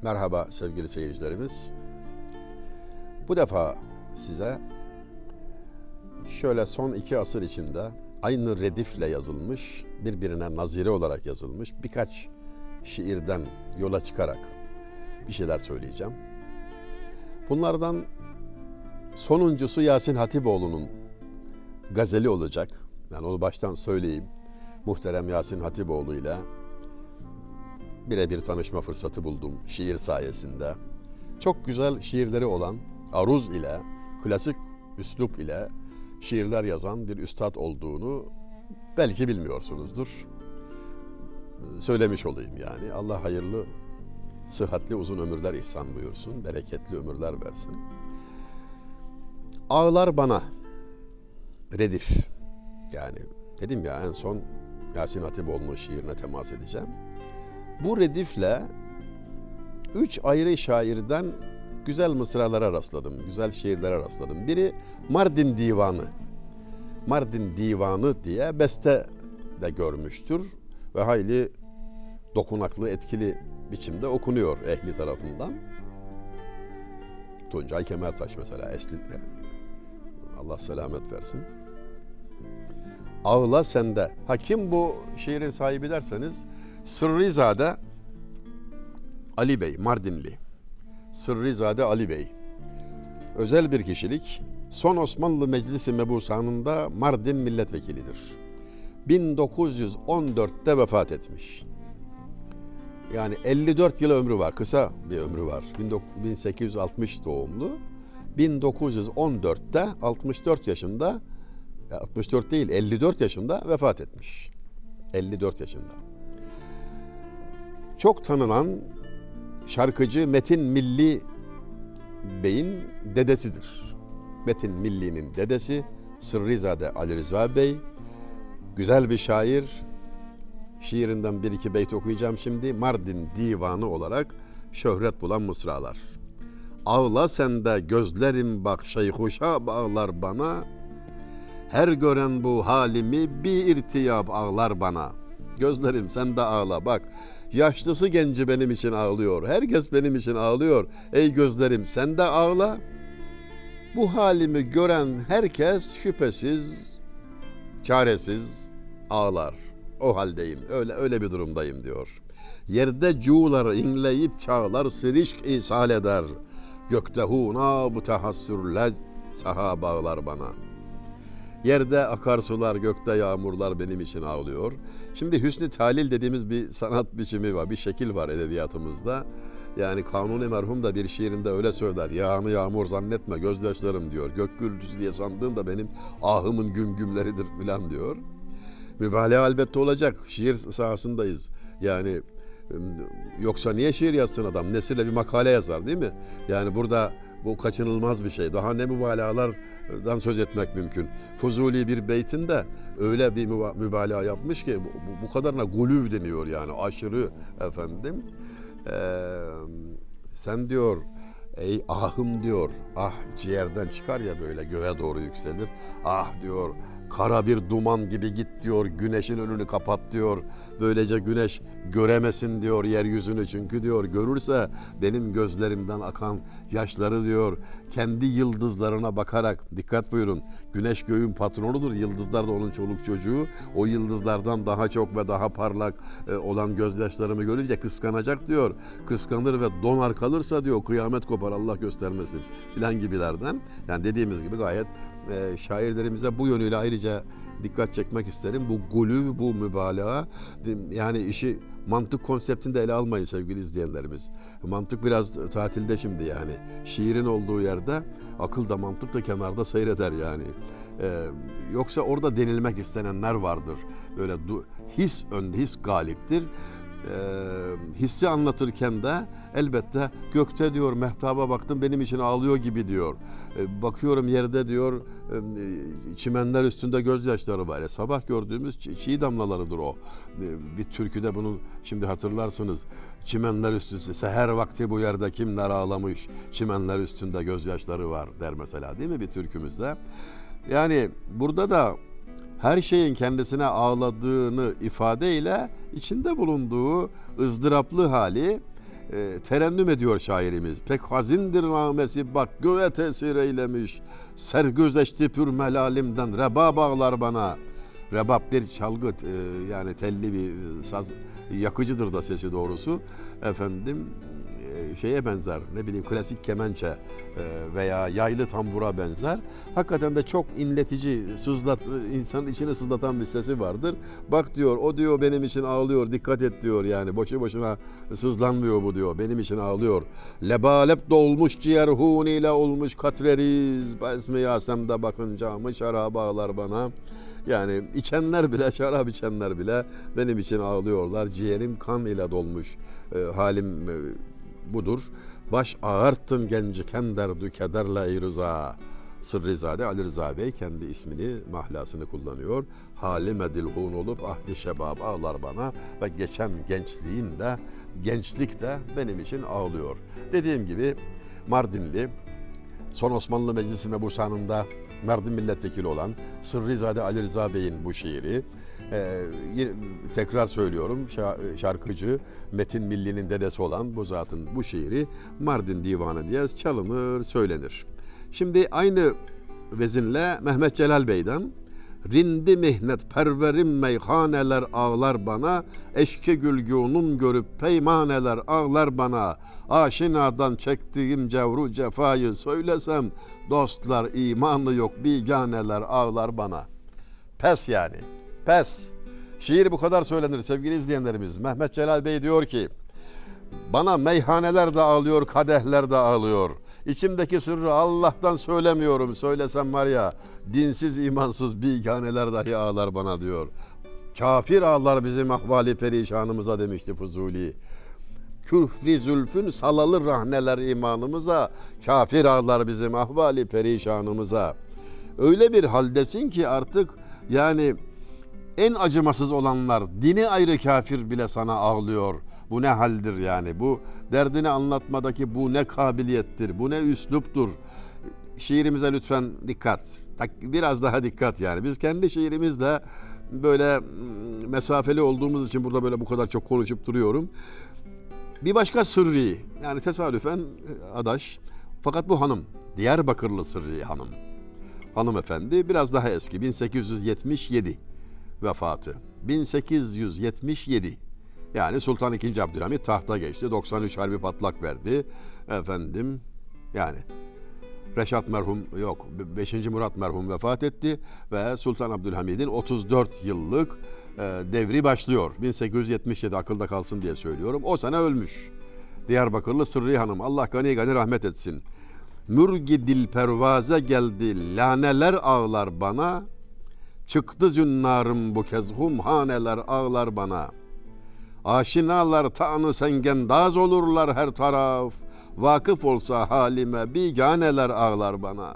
Merhaba sevgili seyircilerimiz. Bu defa size şöyle son 2 asır içinde aynı redifle yazılmış, birbirine nazire olarak yazılmış birkaç şiirden yola çıkarak bir şeyler söyleyeceğim. Bunlardan sonuncusu Yasin Hatipoğlu'nun gazeli olacak. Yani onu baştan söyleyeyim. Muhterem Yasin Hatipoğlu ile birebir tanışma fırsatı buldum şiir sayesinde. Çok güzel şiirleri olan, aruz ile, klasik üslup ile şiirler yazan bir üstad olduğunu belki bilmiyorsunuzdur. Söylemiş olayım yani. Allah hayırlı, sıhhatli uzun ömürler ihsan buyursun, bereketli ömürler versin. Ağlar bana, redif. Yani dedim ya en son Yasin Hatipoğlu'nun şiirine temas edeceğim. Bu redifle 3 ayrı şairden güzel mısralara rastladım, güzel şiirlere rastladım. Biri Mardin Divanı. Mardin Divanı diye beste de görmüştür ve hayli dokunaklı, etkili biçimde okunuyor ehli tarafından. Tuncay Kemertaş mesela, Allah selamet versin. Ağla sende. Kim bu şiirin sahibi derseniz, Sırrızade Ali Bey, Mardinli. Sırrızade Ali Bey. Özel bir kişilik. Son Osmanlı Meclisi Mebusanı'nda Mardin milletvekilidir. 1914'te vefat etmiş. Yani 54 yıl ömrü var. Kısa bir ömrü var. 1860 doğumlu. 1914'te 64 yaşında, 64 değil 54 yaşında vefat etmiş. 54 yaşında. Çok tanınan şarkıcı Metin Milli Bey'in dedesidir. Metin Milli'nin dedesi Sırrızade Ali Rıza Bey. Güzel bir şair. Şiirinden 1-2 beyt okuyacağım şimdi. Mardin Divanı olarak şöhret bulan mısralar. Ağla sende gözlerim bak şeyhuşa bağlar bana. Her gören bu halimi bir irtiyap ağlar bana. Gözlerim sen de ağla bak. Yaşlısı genci benim için ağlıyor. Herkes benim için ağlıyor. Ey gözlerim sen de ağla. Bu halimi gören herkes şüphesiz, çaresiz ağlar. O haldeyim. Öyle bir durumdayım diyor. Yerde cuğları inleyip çağlar sirişk ishal eder. Gökte huna bu tehassürle saha bağlar bana. Yerde akarsular, gökte yağmurlar benim için ağlıyor. Şimdi hüsnü talil dediğimiz bir sanat biçimi var, bir şekil var edebiyatımızda. Yani Kanuni merhum da bir şiirinde öyle söyler. Yağını yağmur zannetme gözyaşlarım diyor. Gök gürültüsü diye sandığım da benim ahımın gümgümleridir filan diyor. Mübalağa elbette olacak. Şiir sahasındayız. Yani yoksa niye şiir yazsın adam? Nesirle bir makale yazar değil mi? Yani burada bu kaçınılmaz bir şey. Daha ne mübalağalardan söz etmek mümkün. Fuzuli bir beytinde öyle bir mübalağa yapmış ki bu kadarına gulüv deniyor yani aşırı efendim. Sen diyor ey ahım diyor, ah ciğerden çıkar ya böyle göğe doğru yükselir. Ah diyor kara bir duman gibi git diyor, güneşin önünü kapat diyor. Böylece güneş göremesin diyor yeryüzünü, çünkü diyor görürse benim gözlerimden akan yaşları diyor kendi yıldızlarına bakarak, dikkat buyurun, güneş göğün patronudur, yıldızlar da onun çoluk çocuğu, o yıldızlardan daha çok ve daha parlak olan gözyaşlarımı görünce kıskanacak diyor. Kıskanır ve donar kalırsa diyor kıyamet kopar, Allah göstermesin filan gibilerden. Yani dediğimiz gibi gayet şairlerimize bu yönüyle ayrıca dikkat çekmek isterim. Bu gulü, bu mübalağa, yani işi mantık konseptinde ele almayın sevgili izleyenlerimiz. Mantık biraz tatilde şimdi yani. Şiirin olduğu yerde akıl da mantık da kenarda seyreder yani. Yoksa orada denilmek istenenler vardır. Böyle his galiptir. Hissi anlatırken de elbette gökte diyor mehtaba baktım benim için ağlıyor gibi diyor. Bakıyorum yerde diyor çimenler üstünde gözyaşları var. Sabah gördüğümüz çiğ damlalarıdır o. Bir türküde bunu şimdi hatırlarsınız. Çimenler üstünde seher vakti bu yerde kimler ağlamış, çimenler üstünde gözyaşları var der mesela, değil mi bir türkümüzde? Yani burada da her şeyin kendisine ağladığını ifadeyle içinde bulunduğu ızdıraplı hali terennüm ediyor şairimiz. Pek hazindir namesi bak göğe tesir eylemiş. Sergüzeşti pür melalimden rebab ağlar bana. Rebab bir çalgı, yani telli bir saz, yakıcıdır da sesi doğrusu. Efendim şeye benzer, ne bileyim klasik kemençe veya yaylı tambura benzer. Hakikaten de çok inletici, insanın içini sızlatan bir sesi vardır. Bak diyor, o diyor benim için ağlıyor, dikkat et diyor yani. Boşu boşuna sızlanmıyor bu diyor, benim için ağlıyor. Lebalep dolmuş ciğer huniyle olmuş katreriz. Bazmi yasemde bakınca mı şarap ağlar bana. Yani içenler bile, şarap içenler bile benim için ağlıyorlar. Ciğerim kan ile dolmuş, halim budur. Baş ağarttın genciken derdü kederle ey rıza. Sırrizade Ali Rıza Bey kendi ismini, mahlasını kullanıyor. Halime dilhun olup ahli şebab ağlar bana ve geçen gençliğim de, gençlik de benim için ağlıyor. Dediğim gibi Mardinli, son Osmanlı Meclisi Mebusanı'nda Mardin milletvekili olan Sırrizade Ali Rıza Bey'in bu şiiri. Tekrar söylüyorum, şarkıcı Metin Milli'nin dedesi olan bu zatın bu şiiri Mardin Divanı diye çalınır, söylenir. Şimdi aynı vezinle Mehmet Celal Bey'den rindi mihnet perverim meyhaneler ağlar bana, eşki gülgünün görüp peymaneler ağlar bana, aşinadan çektiğim cevru cefayı söylesem, dostlar imanı yok biganeler ağlar bana. Pes yani, pes. Şiir bu kadar söylenir sevgili izleyenlerimiz. Mehmet Celal Bey diyor ki, bana meyhaneler de ağlıyor, kadehler de ağlıyor. İçimdeki sırrı Allah'tan söylemiyorum. Söylesem var ya, dinsiz, imansız biganeler dahi ağlar bana diyor. Kafir ağlar bizim ahvali perişanımıza demişti Fuzuli. Küfri zülfün salalı rahneler imanımıza, kafir ağlar bizim ahvali perişanımıza. Öyle bir haldesin ki artık yani en acımasız olanlar, dini ayrı kafir bile sana ağlıyor. Bu ne haldir yani? Bu derdini anlatmadaki bu ne kabiliyettir? Bu ne üsluptur? Şiirimize lütfen dikkat. Biraz daha dikkat yani. Biz kendi şiirimizle böyle mesafeli olduğumuz için burada böyle bu kadar çok konuşup duruyorum. Bir başka Sırrı, yani tesadüfen adaş. Fakat bu hanım, Diyarbakırlı Sırrı hanım. Hanımefendi biraz daha eski, 1877 vefatı. 1877. Yani Sultan II. Abdülhamit tahta geçti. 93 harbi patlak verdi. Efendim yani Reşat merhum yok. 5. Murat merhum vefat etti ve Sultan Abdülhamid'in 34 yıllık devri başlıyor. 1877 akılda kalsın diye söylüyorum. O sene ölmüş. Diyarbakırlı Sırrı Hanım. Allah gani gani rahmet etsin. Mürgi dil pervaze geldi. Laneler ağlar bana. Çıktı zünnarım bu kez humhaneler ağlar bana. Aşinalar ta'nı sengendaz olurlar her taraf. Vakıf olsa halime biganeler ağlar bana.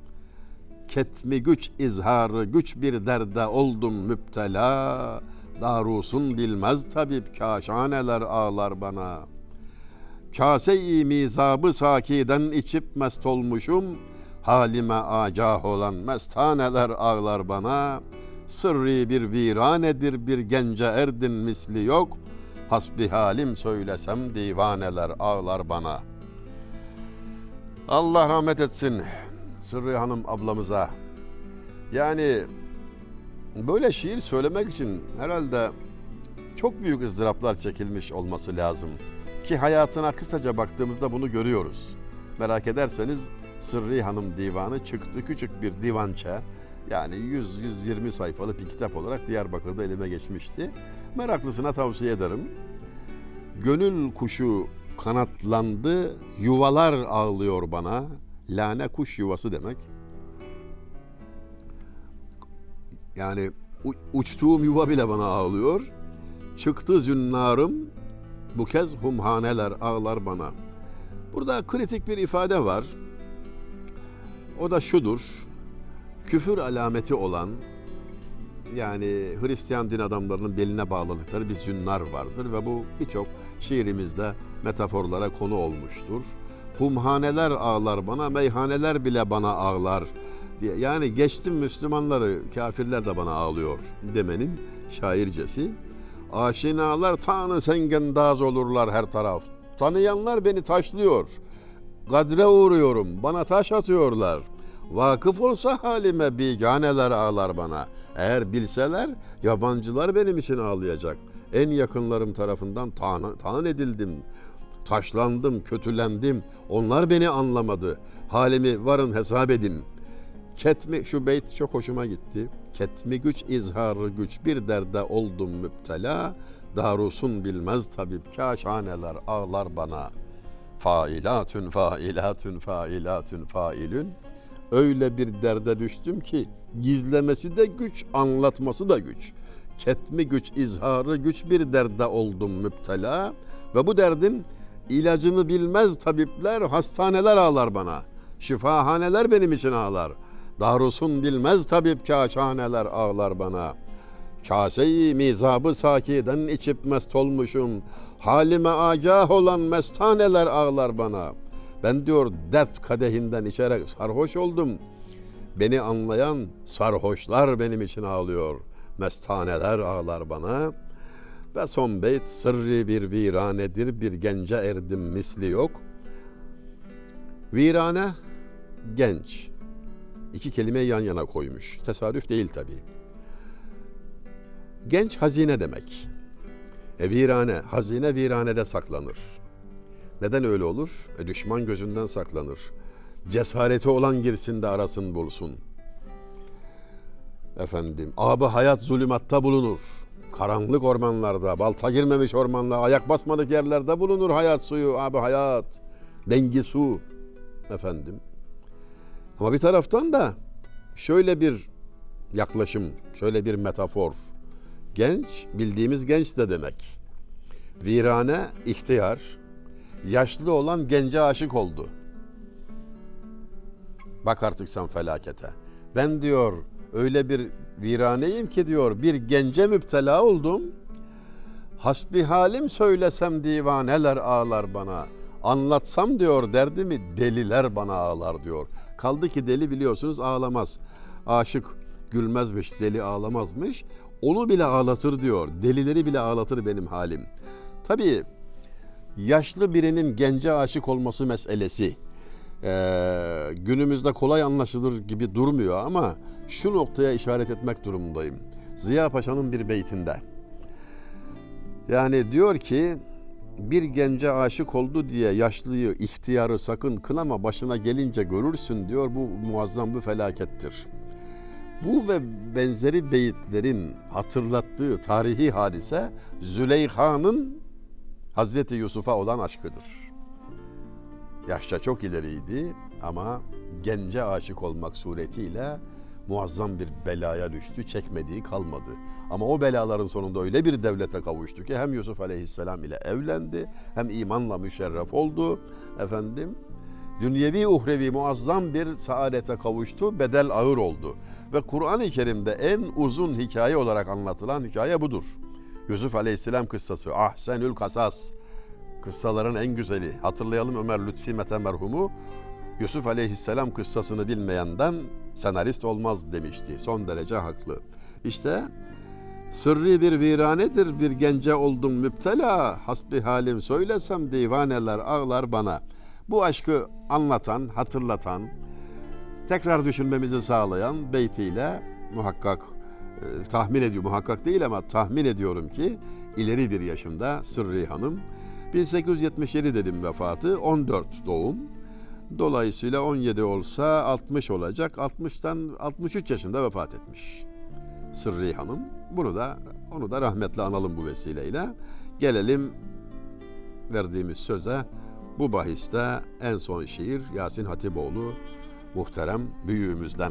Ketmi güç izharı güç bir derde oldum müptela. Darusun bilmez tabip kaşaneler ağlar bana. Kase-i mizabı sakiden içip mest olmuşum. Halime agah olan mestaneler ağlar bana. Sırrı bir viranedir bir gence erdin misli yok. Hasbihalim söylesem divaneler ağlar bana. Allah rahmet etsin Sırrı Hanım ablamıza. Yani böyle şiir söylemek için herhalde çok büyük ızdıraplar çekilmiş olması lazım. Ki hayatına kısaca baktığımızda bunu görüyoruz. Merak ederseniz Sırrı Hanım divanı çıktı, küçük bir divança. Yani 100-120 sayfalık bir kitap olarak Diyarbakır'da elime geçmişti. Meraklısına tavsiye ederim. Gönül kuşu kanatlandı, yuvalar ağlıyor bana. Lane kuş yuvası demek. Yani uçtuğum yuva bile bana ağlıyor. Çıktı zünnarım, bu kez humhaneler ağlar bana. Burada kritik bir ifade var. O da şudur. Küfür alameti olan, yani Hristiyan din adamlarının beline bağladıkları bir zünnar vardır ve bu birçok şiirimizde metaforlara konu olmuştur. Humhaneler ağlar bana, meyhaneler bile bana ağlar diye. Yani geçtim Müslümanları, kafirler de bana ağlıyor demenin şaircesi. Aşinalar tanı sengendaz olurlar her taraf. Tanıyanlar beni taşlıyor. Gadre uğruyorum, bana taş atıyorlar. Vakıf olsa halime biganeler ağlar bana. Eğer bilseler yabancılar benim için ağlayacak. En yakınlarım tarafından talan edildim. Taşlandım, kötülendim. Onlar beni anlamadı. Halimi varın hesap edin. Ketmi, şu beyt çok hoşuma gitti. Ketmi güç, izharı güç, bir derde oldum müptela. Darusun bilmez tabip, kaşhaneler ağlar bana. Failatün, failatün, failatün, failün. Öyle bir derde düştüm ki gizlemesi de güç, anlatması da güç. Ketmi güç, izharı güç, bir derde oldum müptela. Ve bu derdin ilacını bilmez tabipler, hastaneler ağlar bana. Şifahaneler benim için ağlar. Darusun bilmez tabip, kaşhaneler ağlar bana. Kase-i mizabı sakiden içip mest olmuşum. Halime agah olan mestaneler ağlar bana. Ben diyor dert kadehinden içerek sarhoş oldum. Beni anlayan sarhoşlar benim için ağlıyor. Mestaneler ağlar bana. Ve son beyt, sırrı bir viranedir, bir gence erdim misli yok. Virane, genç. İki kelimeyi yan yana koymuş. Tesadüf değil tabii. Genç hazine demek. Virane, hazine viranede saklanır. Neden öyle olur? Düşman gözünden saklanır. Cesareti olan girsin de arasın bulsun. Efendim, ab-ı hayat zulümatta bulunur. Karanlık ormanlarda, balta girmemiş ormanlarda, ayak basmadık yerlerde bulunur hayat suyu, ab-ı hayat, dengi su. Efendim. Ama bir taraftan da şöyle bir yaklaşım, şöyle bir metafor. Genç, bildiğimiz genç de demek. Virane, ihtiyar. Yaşlı olan gence aşık oldu. Bak artık sen felakete. Ben diyor öyle bir viraneyim ki diyor bir gence müptela oldum. Hasbihalim söylesem divaneler ağlar bana. Anlatsam diyor derdimi deliler bana ağlar diyor. Kaldı ki deli biliyorsunuz ağlamaz. Aşık gülmezmiş, deli ağlamazmış. Onu bile ağlatır diyor. Delileri bile ağlatır benim halim. Tabii yaşlı birinin gence aşık olması meselesi günümüzde kolay anlaşılır gibi durmuyor ama şu noktaya işaret etmek durumundayım. Ziya Paşa'nın bir beytinde. Yani diyor ki bir gence aşık oldu diye yaşlıyı, ihtiyarı sakın kınama, başına gelince görürsün diyor. Bu muazzam bir felakettir. Bu ve benzeri beyitlerin hatırlattığı tarihi hadise Züleyha'nın Hazreti Yusuf'a olan aşkıdır. Yaşça çok ileriydi ama gence aşık olmak suretiyle muazzam bir belaya düştü, çekmediği kalmadı. Ama o belaların sonunda öyle bir devlete kavuştu ki hem Yusuf Aleyhisselam ile evlendi, hem imanla müşerref oldu. Efendim, dünyevi uhrevi muazzam bir saadete kavuştu, bedel ağır oldu. Ve Kur'an-ı Kerim'de en uzun hikaye olarak anlatılan hikaye budur. Yusuf Aleyhisselam kıssası, ahsenül kasas, kıssaların en güzeli. Hatırlayalım Ömer Lütfi Mete merhumu, Yusuf Aleyhisselam kıssasını bilmeyenden senarist olmaz demişti. Son derece haklı. İşte sırrı bir viranedir, bir gence oldum müptela, hasbihalim söylesem divaneler ağlar bana. Bu aşkı anlatan, hatırlatan, tekrar düşünmemizi sağlayan beytiyle muhakkak tahmin ediyor, muhakkak değil ama tahmin ediyorum ki ileri bir yaşında Sırrı Hanım. 1877 dedim vefatı, 14 doğum. Dolayısıyla 17 olsa 60 olacak. 60'tan 63 yaşında vefat etmiş Sırrı Hanım. Onu da rahmetle analım bu vesileyle. Gelelim verdiğimiz söze. Bu bahiste en son şiir Yasin Hatipoğlu muhterem büyüğümüzden.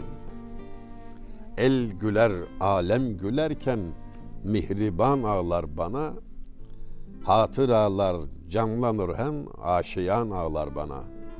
El güler alem gülerken mihriban ağlar bana. Hatıralar canlanır hem aşiyan ağlar bana.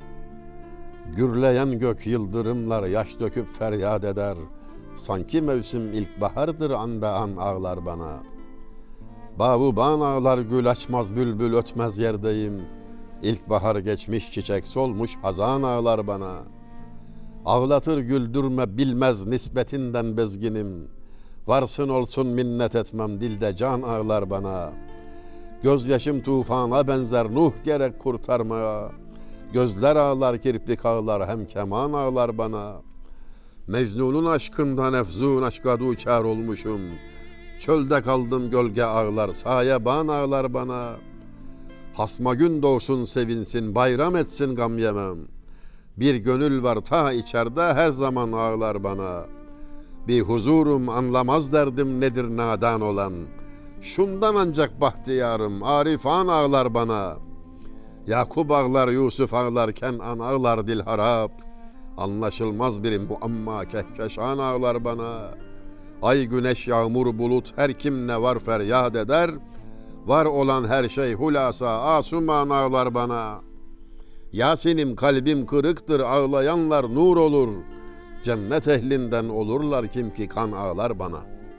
Gürleyen gök yıldırımlar yaş döküp feryat eder. Sanki mevsim ilkbahardır an be an ağlar bana. Bavuban ağlar gül açmaz bülbül ötmez yerdeyim. İlkbahar geçmiş çiçek solmuş hazan ağlar bana. Ağlatır güldürme bilmez nispetinden bezginim. Varsın olsun minnet etmem dilde can ağlar bana. Gözyaşım tufana benzer, Nuh gerek kurtarmaya. Gözler ağlar, kirpik ağlar, hem keman ağlar bana. Mecnun'un aşkından efzun aşka duçar olmuşum. Çölde kaldım, gölge ağlar, sayeban ağlar bana. Hasma gün doğsun sevinsin, bayram etsin gam yemem. Bir gönül var ta içeride, her zaman ağlar bana. Bir huzurum anlamaz derdim nedir nadan olan. Şundan ancak bahtiyarım, arifan ağlar bana. Yakup ağlar, Yusuf ağlar, Kenan ağlar dil harap. Anlaşılmaz bir muamma, kehkeşan ağlar bana. Ay güneş yağmur bulut, her kim ne var feryat eder. Var olan her şey hulasa, asuman ağlar bana. Yasin'im kalbim kırıktır, ağlayanlar nur olur. Cennet ehlinden olurlar kim ki kan ağlar bana.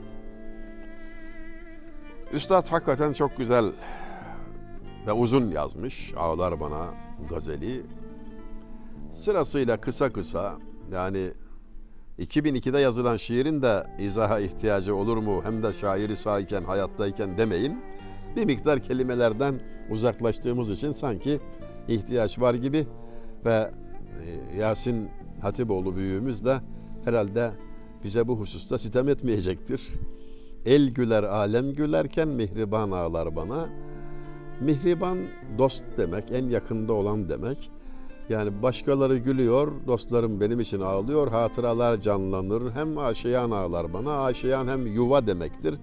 Üstad hakikaten çok güzel ve uzun yazmış Ağlar Bana gazeli. Sırasıyla kısa kısa, yani 2002'de yazılan şiirin de izaha ihtiyacı olur mu? Hem de şairi sağken, hayattayken demeyin. Bir miktar kelimelerden uzaklaştığımız için sanki ihtiyaç var gibi ve Yasin Hatipoğlu büyüğümüz de herhalde bize bu hususta sitem etmeyecektir. El güler alem gülerken mihriban ağlar bana. Mihriban dost demek, en yakında olan demek. Yani başkaları gülüyor, dostlarım benim için ağlıyor, hatıralar canlanır. Hem aşiyan ağlar bana, aşiyan hem yuva demektir.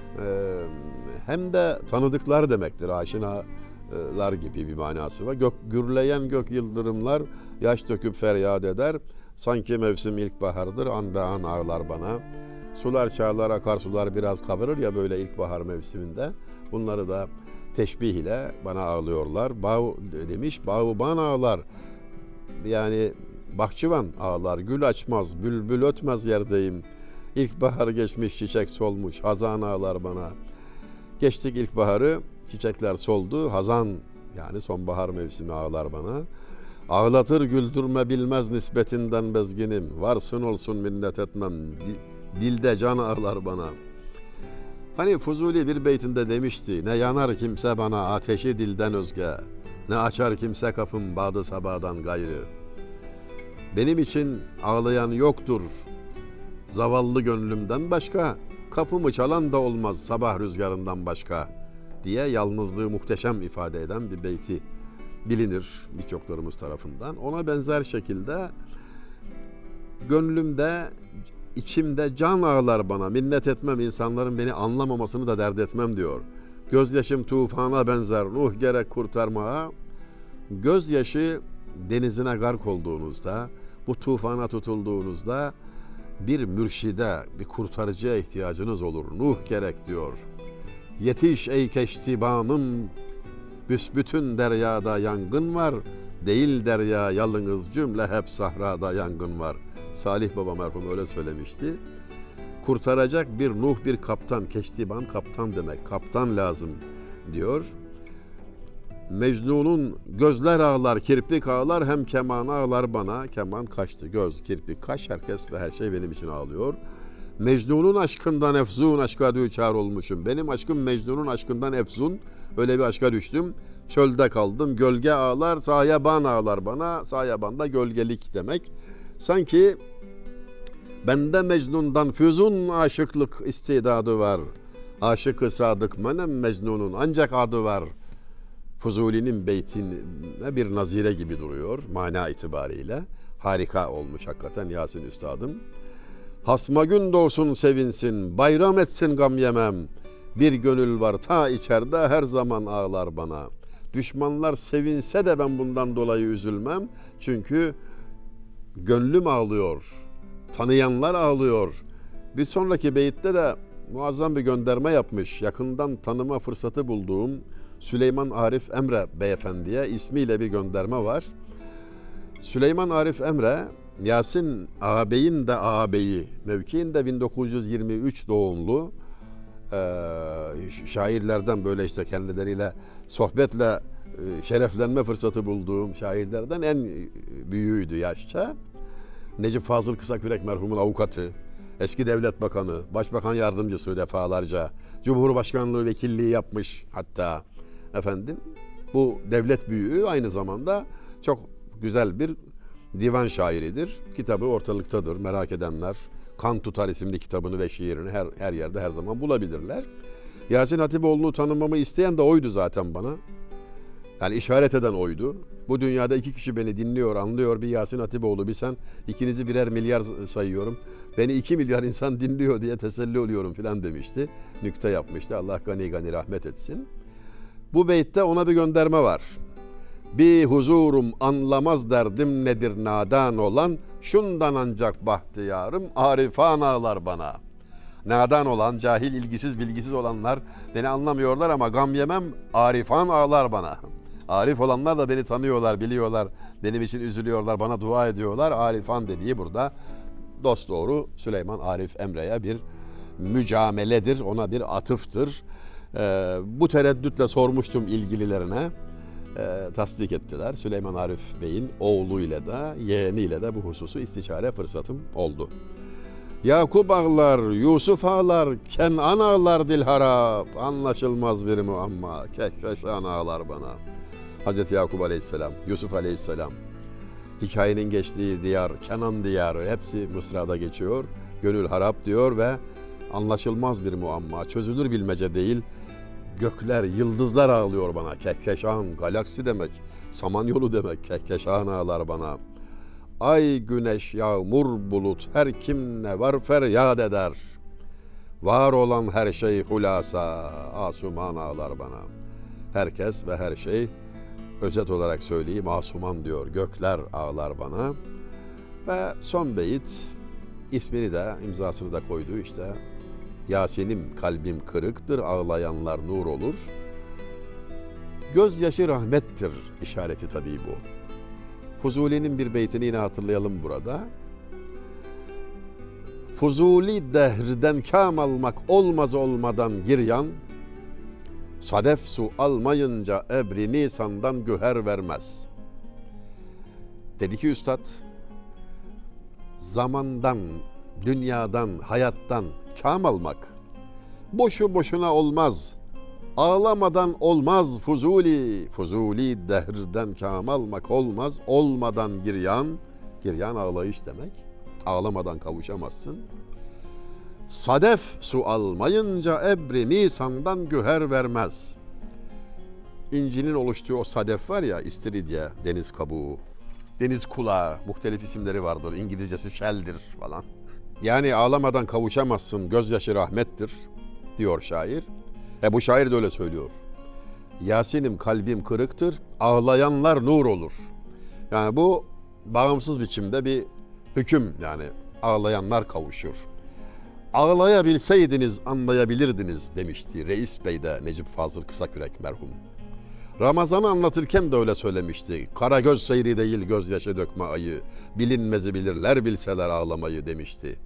Hem de tanıdıklar demektir, aşinalar gibi bir manası var. Gürleyen gök yıldırımlar yaş döküp feryat eder. Sanki mevsim ilkbahardır, an be an ağlar bana. Sular çağlar, akarsular biraz kabarır ya böyle ilkbahar mevsiminde. Bunları da teşbih ile bana ağlıyorlar. Demiş, bağban ağlar. Yani bahçıvan ağlar, gül açmaz, bülbül ötmez yerdeyim. İlkbahar geçmiş, çiçek solmuş, hazan ağlar bana. Geçtik ilkbaharı, çiçekler soldu, hazan yani sonbahar mevsimi ağlar bana. Ağlatır güldürme bilmez nispetinden bezginim. Varsın olsun minnet etmem, dilde can ağlar bana. Hani Fuzuli bir beytinde demişti, ne yanar kimse bana ateşi dilden özge, ne açar kimse kapım badı sabahdan gayrı. Benim için ağlayan yoktur, zavallı gönlümden başka, kapımı çalan da olmaz sabah rüzgarından başka diye yalnızlığı muhteşem ifade eden bir beyti bilinir birçoklarımız tarafından. Ona benzer şekilde gönlümde, İçimde can ağlar bana, minnet etmem, insanların beni anlamamasını da dert etmem diyor. Gözyaşım tufana benzer, Nuh gerek kurtarmaya. Gözyaşı denizine gark olduğunuzda, bu tufana tutulduğunuzda bir mürşide, bir kurtarıcıya ihtiyacınız olur. Nuh gerek diyor. Yetiş ey keştibanım, büsbütün deryada yangın var. Değil derya yalınız cümle hep sahrada yangın var. Salih Baba merhum öyle söylemişti. Kurtaracak bir Nuh, bir kaptan, keştiban kaptan demek, kaptan lazım diyor. Mecnun'un gözler ağlar, kirpik ağlar, hem keman ağlar bana. Keman kaştı, göz, kirpik, kaş, herkes ve her şey benim için ağlıyor. Mecnun'un aşkından efzun aşka düçar olmuşum. Benim aşkım Mecnun'un aşkından efzun, öyle bir aşka düştüm. Çölde kaldım, gölge ağlar, sayeban ağlar bana. Sayeban da gölgelik demek. Sanki bende Mecnun'dan füzun aşıklık istidadı var. Aşık-ı sadık menem Mecnun'un ancak adı var. Fuzuli'nin beytine bir nazire gibi duruyor mana itibariyle. Harika olmuş hakikaten Yasin Üstadım. Hasma gün doğsun sevinsin, bayram etsin gam yemem. Bir gönül var ta içeride, her zaman ağlar bana. Düşmanlar sevinse de ben bundan dolayı üzülmem. Çünkü gönlüm ağlıyor, tanıyanlar ağlıyor. Bir sonraki beyitte de muazzam bir gönderme yapmış. Yakından tanıma fırsatı bulduğum Süleyman Arif Emre beyefendiye ismiyle bir gönderme var. Süleyman Arif Emre, Yasin ağabeyin de ağabeyi, mevkiinde 1923 doğumlu şairlerden, böyle işte kendileriyle sohbetle şereflenme fırsatı bulduğum şairlerden en büyüğüydü yaşça. Necip Fazıl Kısakürek merhumun avukatı, eski devlet bakanı, başbakan yardımcısı defalarca, cumhurbaşkanlığı vekilliği yapmış hatta. efendim bu devlet büyüğü aynı zamanda çok güzel bir divan şairidir. Kitabı ortalıktadır. Merak edenler Kan Tutar isimli kitabını ve şiirini her yerde her zaman bulabilirler. Yasin Hatipoğlu'nu tanımamı isteyen de oydu zaten bana. Yani işaret eden oydu. Bu dünyada 2 kişi beni dinliyor, anlıyor. Bir Yasin Hatipoğlu, bir sen. İkinizi birer milyar sayıyorum. Beni 2 milyar insan dinliyor diye teselli oluyorum filan demişti. Nükte yapmıştı. Allah gani gani rahmet etsin. Bu beytte ona bir gönderme var. Bir huzurum anlamaz derdim nedir nadan olan, şundan ancak bahtiyarım arifan ağlar bana. Nadan olan, cahil, ilgisiz, bilgisiz olanlar beni anlamıyorlar ama gam yemem, arifan ağlar bana. Arif olanlar da beni tanıyorlar, biliyorlar, benim için üzülüyorlar, bana dua ediyorlar. Arifan dediği burada dosdoğru Süleyman Arif Emre'ye bir mücameledir, ona bir atıftır. Bu tereddütle sormuştum ilgililerine. Tasdik ettiler. Süleyman Arif Bey'in oğluyla da yeğeniyle de bu hususu istişare fırsatım oldu. Yakup ağlar, Yusuf ağlar, Kenan ağlar dilharap, anlaşılmaz bir muamma, kehkeşan ağlar bana. Hazreti Yakup Aleyhisselam, Yusuf Aleyhisselam, hikayenin geçtiği diyar, Kenan diyarı hepsi Mısra'da geçiyor. Gönül harap diyor ve anlaşılmaz bir muamma, çözülür bilmece değil. Gökler, yıldızlar ağlıyor bana. Kehkeşan, galaksi demek. Samanyolu demek. Kehkeşan ağlar bana. Ay, güneş, yağmur, bulut, her kim ne var feryat eder. Var olan her şey hulasa, asuman ağlar bana. Herkes ve her şey, özet olarak söyleyeyim, asuman diyor. Gökler ağlar bana. Ve son beyit, ismini de, imzasını da koydu işte. Yasin'im kalbim kırıktır, ağlayanlar nur olur. Gözyaşı rahmettir işareti tabii bu. Fuzuli'nin bir beytini yine hatırlayalım burada. Fuzuli dehrden kam almak olmaz olmadan giryan, sadef su almayınca ebri nisandan güher vermez. Dedi ki üstad, zamandan, dünyadan, hayattan kam almak boşu boşuna olmaz. Ağlamadan olmaz Fuzuli. Fuzuli dehrden kam almak olmaz. Olmadan giryan. Giryan ağlayış demek. Ağlamadan kavuşamazsın. Sadef su almayınca ebri nisandan güher vermez. İncinin oluştuğu o sadef var ya, istiridye, deniz kabuğu, deniz kulağı, muhtelif isimleri vardır. İngilizcesi shell'dir falan. Yani ağlamadan kavuşamazsın, gözyaşı rahmettir diyor şair. Bu şair de öyle söylüyor. Yasin'im kalbim kırıktır, ağlayanlar nur olur. Yani bu bağımsız biçimde bir hüküm, yani ağlayanlar kavuşur. Ağlayabilseydiniz anlayabilirdiniz demişti Reis Bey de Necip Fazıl Kısakürek merhum. Ramazan'ı anlatırken de öyle söylemişti. Karagöz seyri değil gözyaşı dökme ayı, bilinmezi bilirler bilseler ağlamayı demişti.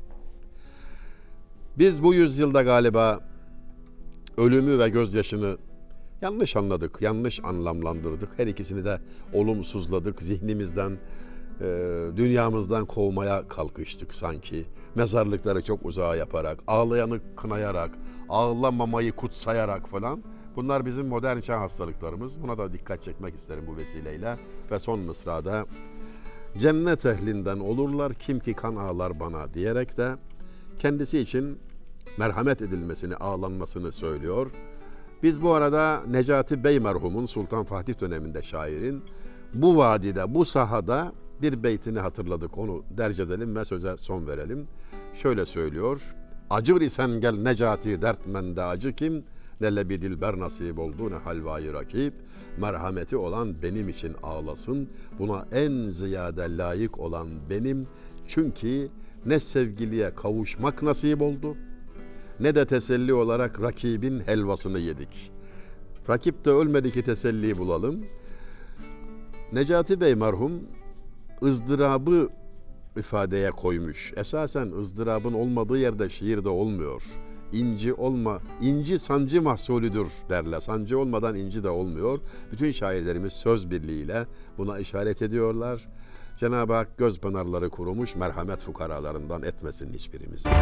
Biz bu yüzyılda galiba ölümü ve gözyaşını yanlış anladık, yanlış anlamlandırdık. Her ikisini de olumsuzladık, zihnimizden, dünyamızdan kovmaya kalkıştık sanki. Mezarlıkları çok uzağa yaparak, ağlayanı kınayarak, ağlamamayı kutsayarak falan. Bunlar bizim modern çağ hastalıklarımız. Buna da dikkat çekmek isterim bu vesileyle. Ve son mısrada cennet ehlinden olurlar kim ki kan ağlar bana diyerek de kendisi için merhamet edilmesini, ağlanmasını söylüyor. Biz bu arada Necati Bey merhumun Sultan Fatih döneminde şairin bu vadide, bu sahada bir beytini hatırladık. Onu derc edelim ve söze son verelim. Şöyle söylüyor. Acır isen gel Necati dertmende acı kim? Ne lebi dilber nasip oldu ne halvayı rakip. Merhameti olan benim için ağlasın. Buna en ziyade layık olan benim. Çünkü ne sevgiliye kavuşmak nasip oldu, ne de teselli olarak rakibin helvasını yedik. Rakip de ölmedi ki teselli bulalım. Necati Bey merhum ızdırabı ifadeye koymuş. Esasen ızdırabın olmadığı yerde şiir de olmuyor. İnci sancı mahsulüdür derler. Sancı olmadan inci de olmuyor. Bütün şairlerimiz söz birliğiyle buna işaret ediyorlar. Cenab-ı Hak göz pınarları kurumuş merhamet fukaralarından etmesin hiçbirimizi.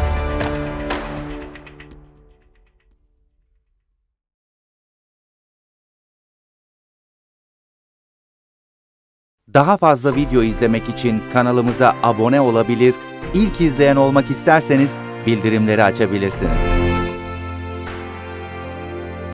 Daha fazla video izlemek için kanalımıza abone olabilir, ilk izleyen olmak isterseniz bildirimleri açabilirsiniz.